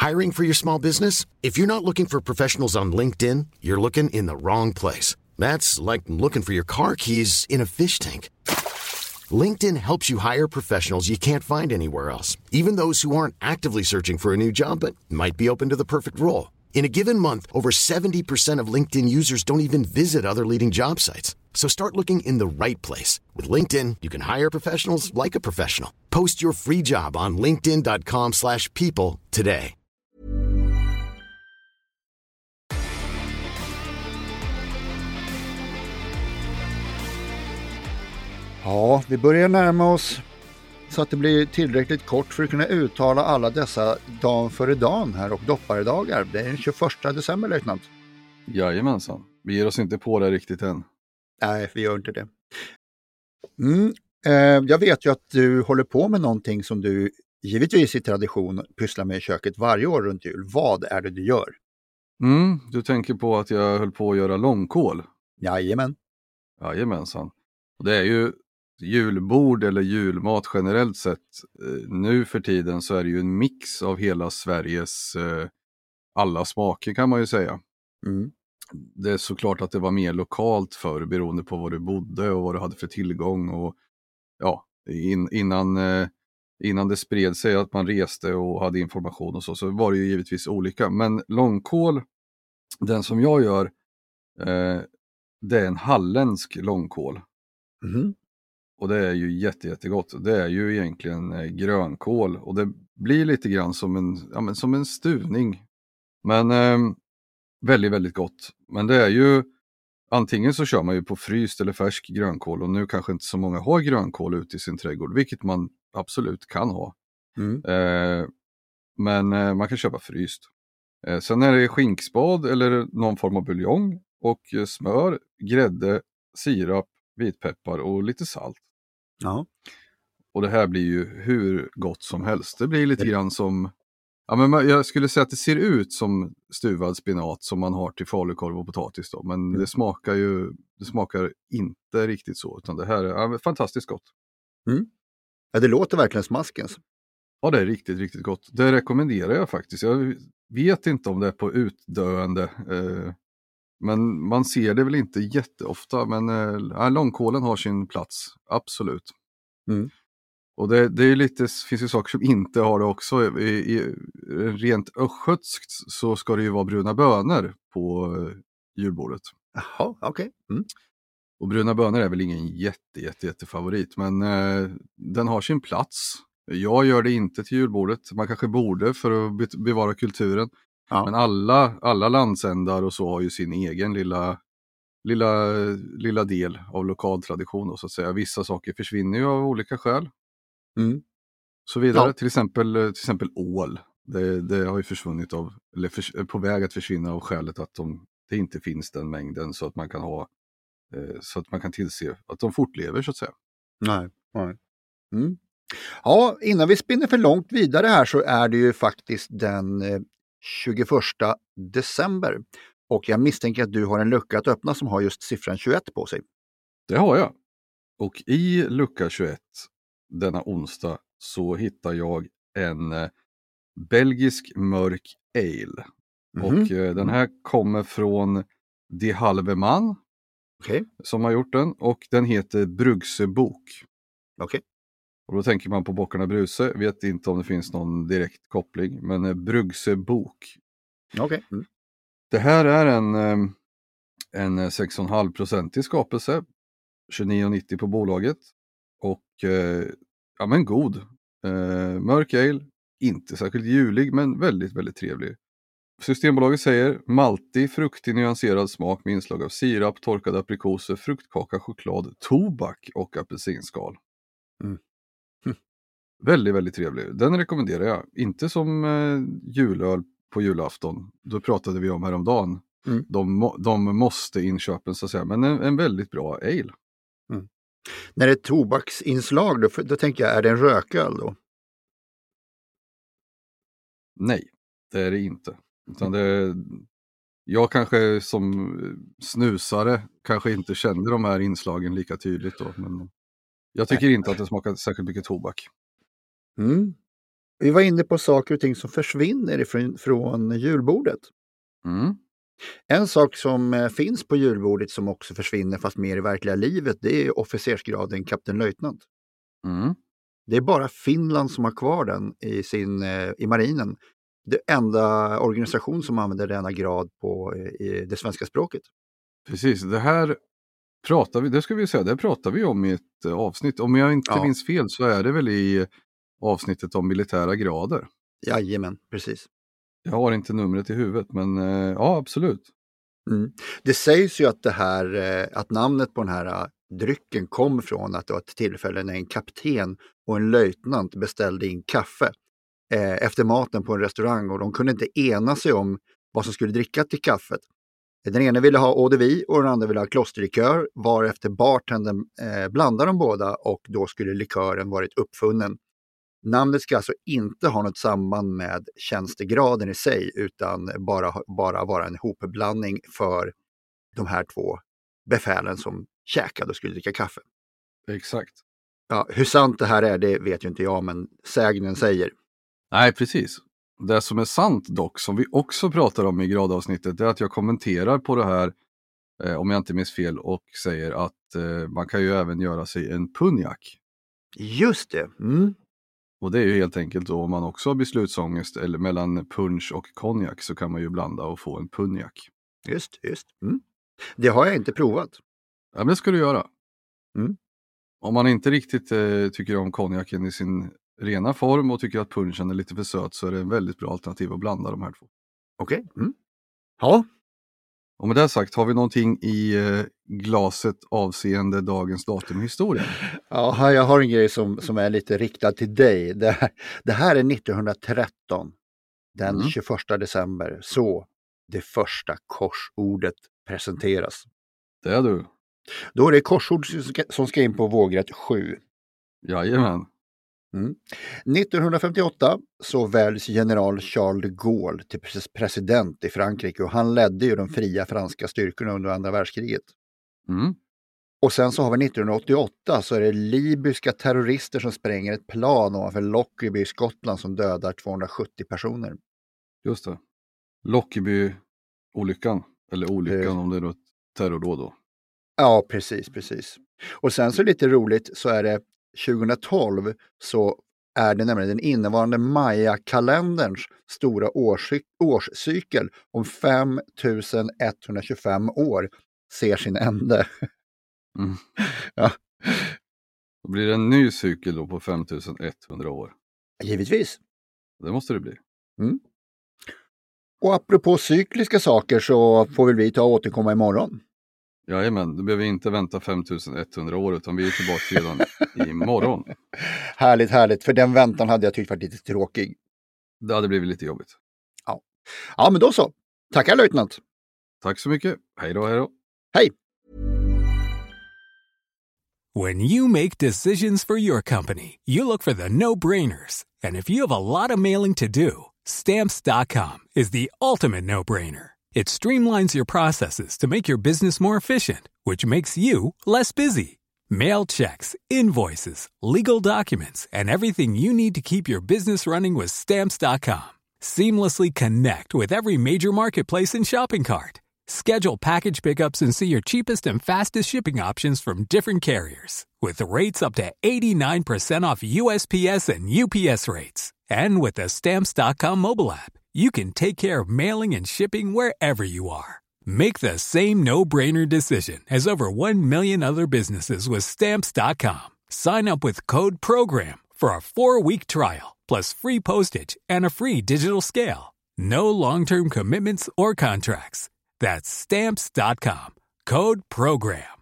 Hiring for your small business? If you're not looking for professionals on LinkedIn, you're looking in the wrong place. That's like looking for your car keys in a fish tank. LinkedIn helps you hire professionals you can't find anywhere else, even those who aren't actively searching for a new job but might be open to the perfect role. In a given month, over 70% of LinkedIn users don't even visit other leading job sites. So start looking in the right place. With LinkedIn, you can hire professionals like a professional. Post your free job on linkedin.com/people today. Ja, vi börjar närma oss så att det blir tillräckligt kort för att kunna uttala alla dessa dagen före dagen här och dopparedagar. Det är den 21 december, löjtnant. Jajamensan. Vi ger oss inte på det riktigt än. Nej, vi gör inte det. Jag vet ju att du håller på med någonting som du givetvis i tradition pysslar med i köket varje år runt jul. Vad är det du gör? Du tänker på att jag höll på att göra långkål? Jajamän. Jajamensan. Och det är ju julbord eller julmat generellt sett. Nu för tiden så är det ju en mix av hela Sveriges alla smaker kan man ju säga. Det är såklart att det var mer lokalt förr beroende på var du bodde och vad du hade för tillgång. Och ja, innan det spred sig att man reste och hade information och så var det ju givetvis olika. Men långkål, den som jag gör, det är en halländsk långkål. Och det är ju jättegott. Det är ju egentligen grönkål och det blir lite grann som en stuvning. Men väldigt, väldigt gott. Men det är ju, antingen så kör man ju på fryst eller färsk grönkål och nu kanske inte så många har grönkål ute i sin trädgård, vilket man absolut kan ha. Men man kan köpa fryst. Sen är det skinkspad eller någon form av buljong och smör, grädde, sirap, vitpeppar och lite salt. Ja. Och det här blir ju hur gott som helst. Det blir lite grann som, men jag skulle säga att det ser ut som stuvad spinat som man har till falukorv och potatis då. Men det smakar inte riktigt så, utan det här är fantastiskt gott. Ja, det låter verkligen smaskens. Ja, det är riktigt, riktigt gott. Det rekommenderar jag faktiskt. Jag vet inte om det är på utdöende. Men man ser det väl inte jätteofta. Men långkålen har sin plats. Absolut. Och det är lite, finns ju saker som inte har det också. Rent östgötskt så ska det ju vara bruna bönor på julbordet. Jaha, okej. Och bruna bönor är väl ingen jätte favorit. Men den har sin plats. Jag gör det inte till julbordet. Man kanske borde för att bevara kulturen. Ja. Men alla landsändar och så har ju sin egen lilla del av lokal tradition då, så att säga. Vissa saker försvinner ju av olika skäl. Så vidare. Ja. Till exempel ål. Det har ju försvunnit eller på väg att försvinna av skälet att det inte finns den mängden så att man kan tillse att de fortlever så att säga. Nej. Ja, innan vi spinner för långt vidare här så är det ju faktiskt den 21 december. Och jag misstänker att du har en lucka att öppna som har just siffran 21 på sig. Det har jag. Och i lucka 21 denna onsdag så hittar jag en belgisk mörk ale. Och den här kommer från De Halve Man. Som har gjort den. Och den heter Brugsebok. Och då tänker man på Bockarna Bruse. Vet inte om det finns någon direkt koppling. Men Brugsebok. Det här är en 6,5% skapelse. 29,90 på bolaget. Och men god. Mörk ale. Inte särskilt julig men väldigt, väldigt trevlig. Systembolaget säger maltig, fruktig, nyanserad smak med inslag av sirap, torkade aprikoser, fruktkaka, choklad, tobak och apelsinskal. Väldigt, väldigt trevlig. Den rekommenderar jag. Inte som julöl på julafton. Då pratade vi om häromdagen. De måste inköpen så att säga. Men en väldigt bra ale. När det är tobaksinslag då tänker jag, är det en rököl då? Nej, det är det inte. Utan jag kanske som snusare kanske inte känner de här inslagen lika tydligt då. Men jag tycker inte att det smakar särskilt mycket tobak. Vi var inne på saker och ting som försvinner från julbordet. Mm. En sak som finns på julbordet som också försvinner fast mer i verkliga livet, det är officersgraden kaptenlöjtnant. Mm. Det är bara Finland som har kvar den i marinen. Det enda organisation som använder denna grad i det svenska språket. Precis, det här pratar vi om i ett avsnitt. Om jag inte minns fel så är det väl i avsnittet om militära grader. Jajamän, precis. Jag har inte numret i huvudet, men ja, absolut. Mm. Det sägs ju att namnet på den här drycken kom från att det var ett tillfälle när en kapten och en löjtnant beställde in kaffe efter maten på en restaurang och de kunde inte ena sig om vad som skulle dricka till kaffet. Den ena ville ha eau de vie och den andra ville ha klosterlikör, varefter bartendern blandade de båda och då skulle likören varit uppfunnen. Namnet ska alltså inte ha något samband med tjänstegraden i sig utan bara vara en hopblandning för de här två befälen som käkade och skulle dricka kaffe. Exakt. Ja, hur sant det här är, det vet ju inte jag, men sägnen säger. Nej, precis. Det som är sant dock, som vi också pratar om i gradavsnittet, är att jag kommenterar på det här, om jag inte minns fel, och säger att man kan ju även göra sig en punjak. Just det. Mm. Och det är ju helt enkelt då om man också har beslutsångest eller mellan punch och konjak så kan man ju blanda och få en punjak. Just. Mm. Det har jag inte provat. Ja, men det ska du göra. Mm. Om man inte riktigt tycker om konjaken i sin rena form och tycker att punchen är lite för söt så är det en väldigt bra alternativ att blanda de här två. Okej. Mm. Ja. Och med det sagt, har vi någonting i glaset avseende dagens datumhistoria? Ja, jag har en grej som är lite riktad till dig. Det här är 1913, den 21 december, så det första korsordet presenteras. Det är du. Då är det korsord som ska in på vågrätt 7. Jajamän. 1958 så väljs general Charles de Gaulle till president i Frankrike och han ledde ju de fria franska styrkorna under andra världskriget. Mm. Och sen så har vi 1988 så är det libyska terrorister som spränger ett plan ovanför Lockerbie i Skottland som dödar 270 personer. Just det. Lockerbie-olyckan, eller olyckan om det är ett terrordåd då. Ja, precis. Och sen så lite roligt så är det 2012 så är det nämligen den innevarande Maya-kalenderns stora årscykel om 5125 år ser sin ände. Mm. Ja. Då blir det en ny cykel då på 5100 år. Givetvis. Det måste det bli. Mm. Och apropå cykliska saker så får väl vi ta och återkomma imorgon. Jajamän, då behöver vi inte vänta 5100 år utan vi är tillbaka redan imorgon. Härligt. För den väntan hade jag tyckt varit lite tråkig. Det hade blivit lite jobbigt. Ja, men då så. Tackar löjtnant. Tack så mycket. Hej då. Hej. When you make decisions for your company, you look for the no-brainers. And if you have a lot of mailing to do, Stamps.com is the ultimate no-brainer. It streamlines your processes to make your business more efficient, which makes you less busy. Mail checks, invoices, legal documents, and everything you need to keep your business running with Stamps.com. Seamlessly connect with every major marketplace and shopping cart. Schedule package pickups and see your cheapest and fastest shipping options from different carriers. With rates up to 89% off USPS and UPS rates. And with the Stamps.com mobile app, you can take care of mailing and shipping wherever you are. Make the same no-brainer decision as over 1 million other businesses with Stamps.com. Sign up with code PROGRAM for a 4-week trial, plus free postage and a free digital scale. No long-term commitments or contracts. That's Stamps.com. Code PROGRAM.